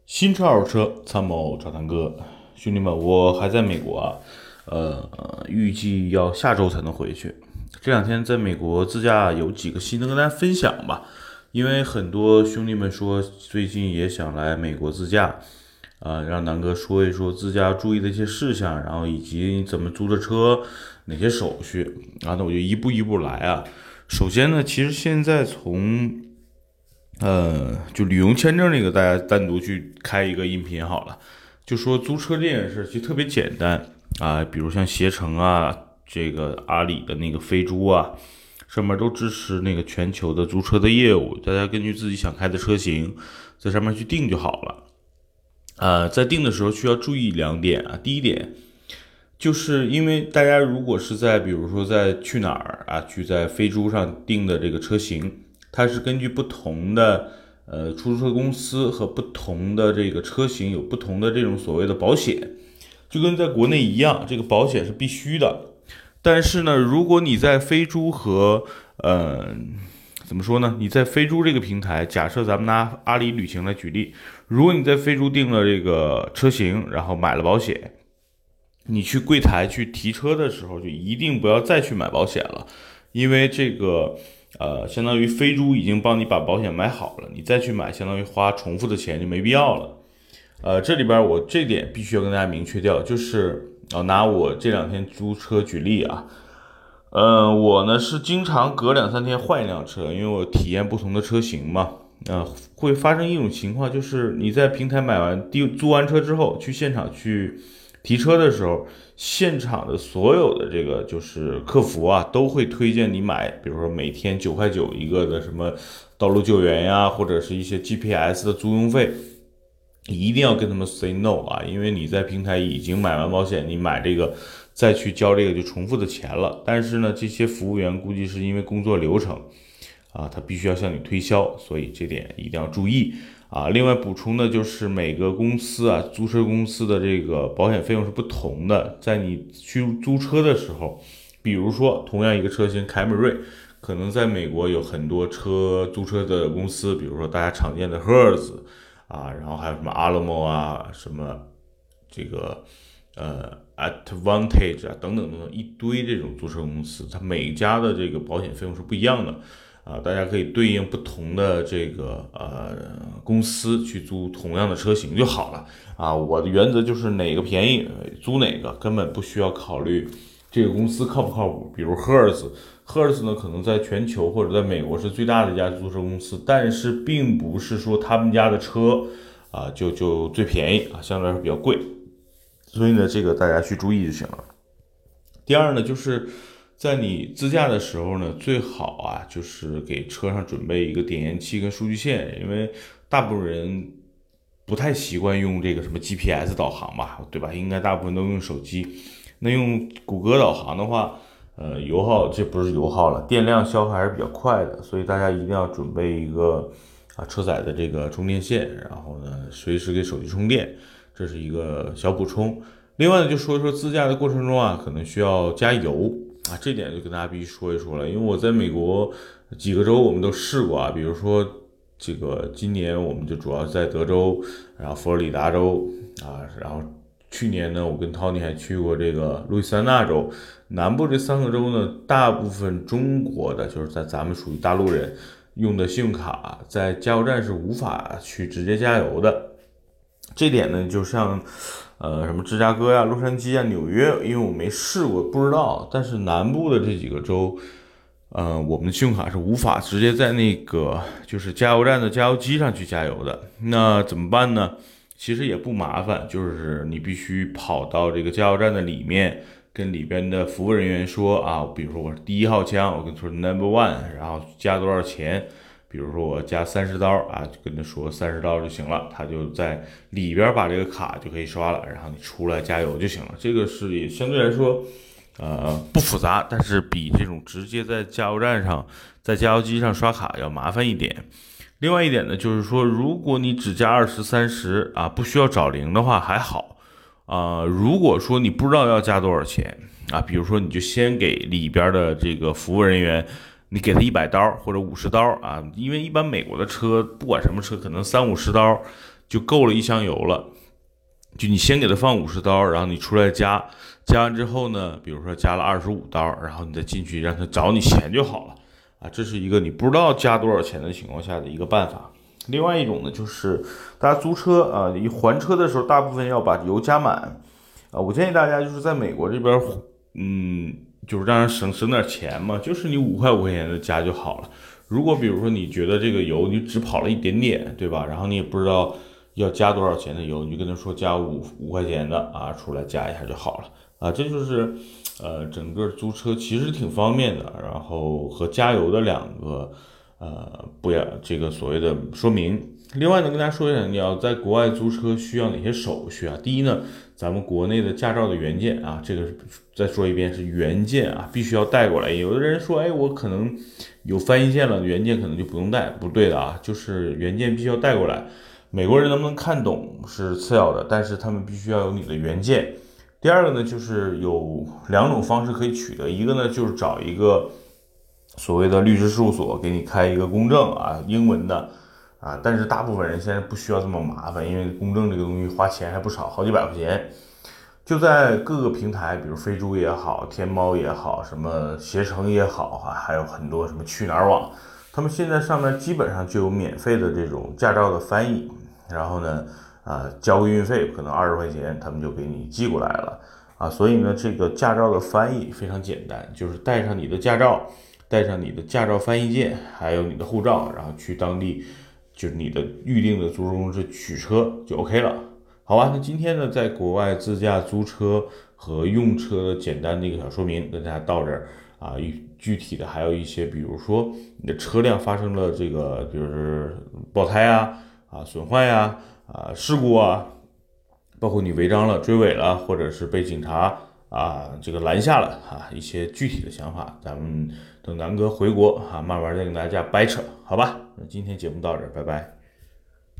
新车二手车参谋找堂哥，兄弟们，我还在美国啊，预计要下周才能回去。这两天在美国自驾有几个心得跟大家分享吧，因为很多兄弟们说最近也想来美国自驾，让南哥说一说自驾注意的一些事项，然后以及怎么租的车，哪些手续，那我就一步一步来啊。首先呢，其实现在从就旅游签证这个，大家单独去开一个音频好了。就说租车这件事，其实特别简单比如像携程啊，这个阿里的那个飞猪啊，上面都支持那个全球的租车的业务，大家根据自己想开的车型，在上面去订就好了。在订的时候需要注意两点啊。第一点，就是因为大家如果是在比如说在去哪儿去在飞猪上订的这个车型，它是根据不同的出租车公司和不同的这个车型有不同的这种所谓的保险，就跟在国内一样，这个保险是必须的。但是呢，如果你在飞猪和怎么说呢？你在飞猪这个平台，假设咱们拿阿里旅行来举例，如果你在飞猪订了这个车型，然后买了保险，你去柜台去提车的时候，就一定不要再去买保险了，因为这个相当于飞猪已经帮你把保险买好了，你再去买，相当于花重复的钱就没必要了。这里边我这点必须要跟大家明确掉，就是拿我这两天租车举例啊。我呢是经常隔两三天换一辆车，因为我体验不同的车型嘛。会发生一种情况，就是你在平台买完租完车之后，去现场去提车的时候，现场的所有的这个就是客服都会推荐你买，比如说每天9块9一个的什么道路救援呀，或者是一些 GPS 的租用费，一定要跟他们 say no 因为你在平台已经买完保险，你买这个再去交这个就重复的钱了。但是呢，这些服务员估计是因为工作流程他必须要向你推销，所以这点一定要注意另外补充的就是每个公司租车公司的这个保险费用是不同的，在你去租车的时候，比如说同样一个车型凯美瑞，可能在美国有很多租车的公司，比如说大家常见的 Hertz 然后还有什么 Alamo 什么这个Advantage 等等等等一堆这种租车公司，它每一家的这个保险费用是不一样的大家可以对应不同的这个公司去租同样的车型就好了我的原则就是哪个便宜租哪个，根本不需要考虑这个公司靠不靠谱。比如 Hertz 呢，可能在全球或者在美国是最大的一家租车公司，但是并不是说他们家的车就最便宜相对来说比较贵，所以呢，这个大家去注意就行了。第二呢，就是在你自驾的时候呢，最好就是给车上准备一个点烟器跟数据线，因为大部分人不太习惯用这个什么 GPS 导航吧，对吧？应该大部分都用手机。那用谷歌导航的话，油耗这不是油耗了，电量消耗还是比较快的，所以大家一定要准备一个车载的这个充电线，然后呢，随时给手机充电，这是一个小补充。另外呢，就说一说自驾的过程中可能需要加油这点就跟大家必须说一说了。因为我在美国几个州我们都试过比如说这个今年我们就主要在德州，然后佛罗里达州然后去年呢，我跟 Tony 还去过这个路易斯安那州。南部这三个州呢，大部分中国的就是在咱们属于大陆人用的信用卡，在加油站是无法去直接加油的。这点呢，就像什么芝加哥洛杉矶纽约，因为我没试过不知道，但是南部的这几个州我们的信用卡是无法直接在那个就是加油站的加油机上去加油的。那怎么办呢？其实也不麻烦，就是你必须跑到这个加油站的里面，跟里边的服务人员说比如说我是第1号枪，我跟他说 No.1，然后加多少钱，比如说我加30刀就跟他说30刀就行了，他就在里边把这个卡就可以刷了，然后你出来加油就行了。这个是也相对来说不复杂，但是比这种直接在加油站上在加油机上刷卡要麻烦一点。另外一点呢，就是说如果你只加20、30不需要找零的话还好如果说你不知道要加多少钱比如说你就先给里边的这个服务人员，你给他100刀或者50刀因为一般美国的车不管什么车可能30、50刀就够了一箱油了。就你先给它放50刀，然后你出来加完之后呢，比如说加了25刀，然后你再进去让它找你钱就好了啊。这是一个你不知道加多少钱的情况下的一个办法。另外一种呢，就是大家租车啊，一还车的时候，大部分要把油加满啊。我建议大家就是在美国这边，就是让人省点钱嘛，就是你5块的加就好了。如果比如说你觉得这个油你只跑了一点点，对吧？然后你也不知道要加多少钱的油，你就跟他说加五块钱的啊，出来加一下就好了啊。这就是整个租车其实挺方便的，然后和加油的两个不要这个所谓的说明。另外呢，跟大家说一下，你要在国外租车需要哪些手续啊？第一呢，咱们国内的驾照的原件啊，这个再说一遍是原件啊，必须要带过来。有的人说，哎，我可能有翻译件了，原件可能就不用带，不对的啊，就是原件必须要带过来。美国人能不能看懂是次要的，但是他们必须要有你的原件。第二个呢，就是有2种方式可以取得，一个呢就是找一个所谓的律师事务所给你开一个公证啊，英文的啊，但是大部分人现在不需要这么麻烦，因为公证这个东西花钱还不少，好几百块钱。就在各个平台，比如飞猪也好，天猫也好，什么携程也好啊，还有很多什么去哪儿网，他们现在上面基本上就有免费的这种驾照的翻译，然后呢，交个运费，可能20块钱，他们就给你寄过来了啊。所以呢，这个驾照的翻译非常简单，就是带上你的驾照，带上你的驾照翻译件，还有你的护照，然后去当地就是你的预定的租车公司取车就 OK 了。好吧，那今天呢，在国外自驾租车和用车的简单的一个小说明，跟大家到这儿啊。具体的还有一些，比如说你的车辆发生了这个，比如是爆胎损坏事故啊，包括你违章了、追尾了，或者是被警察这个拦下了一些具体的想法，咱们等南哥回国慢慢再跟大家掰扯，好吧？那今天节目到这儿，拜拜。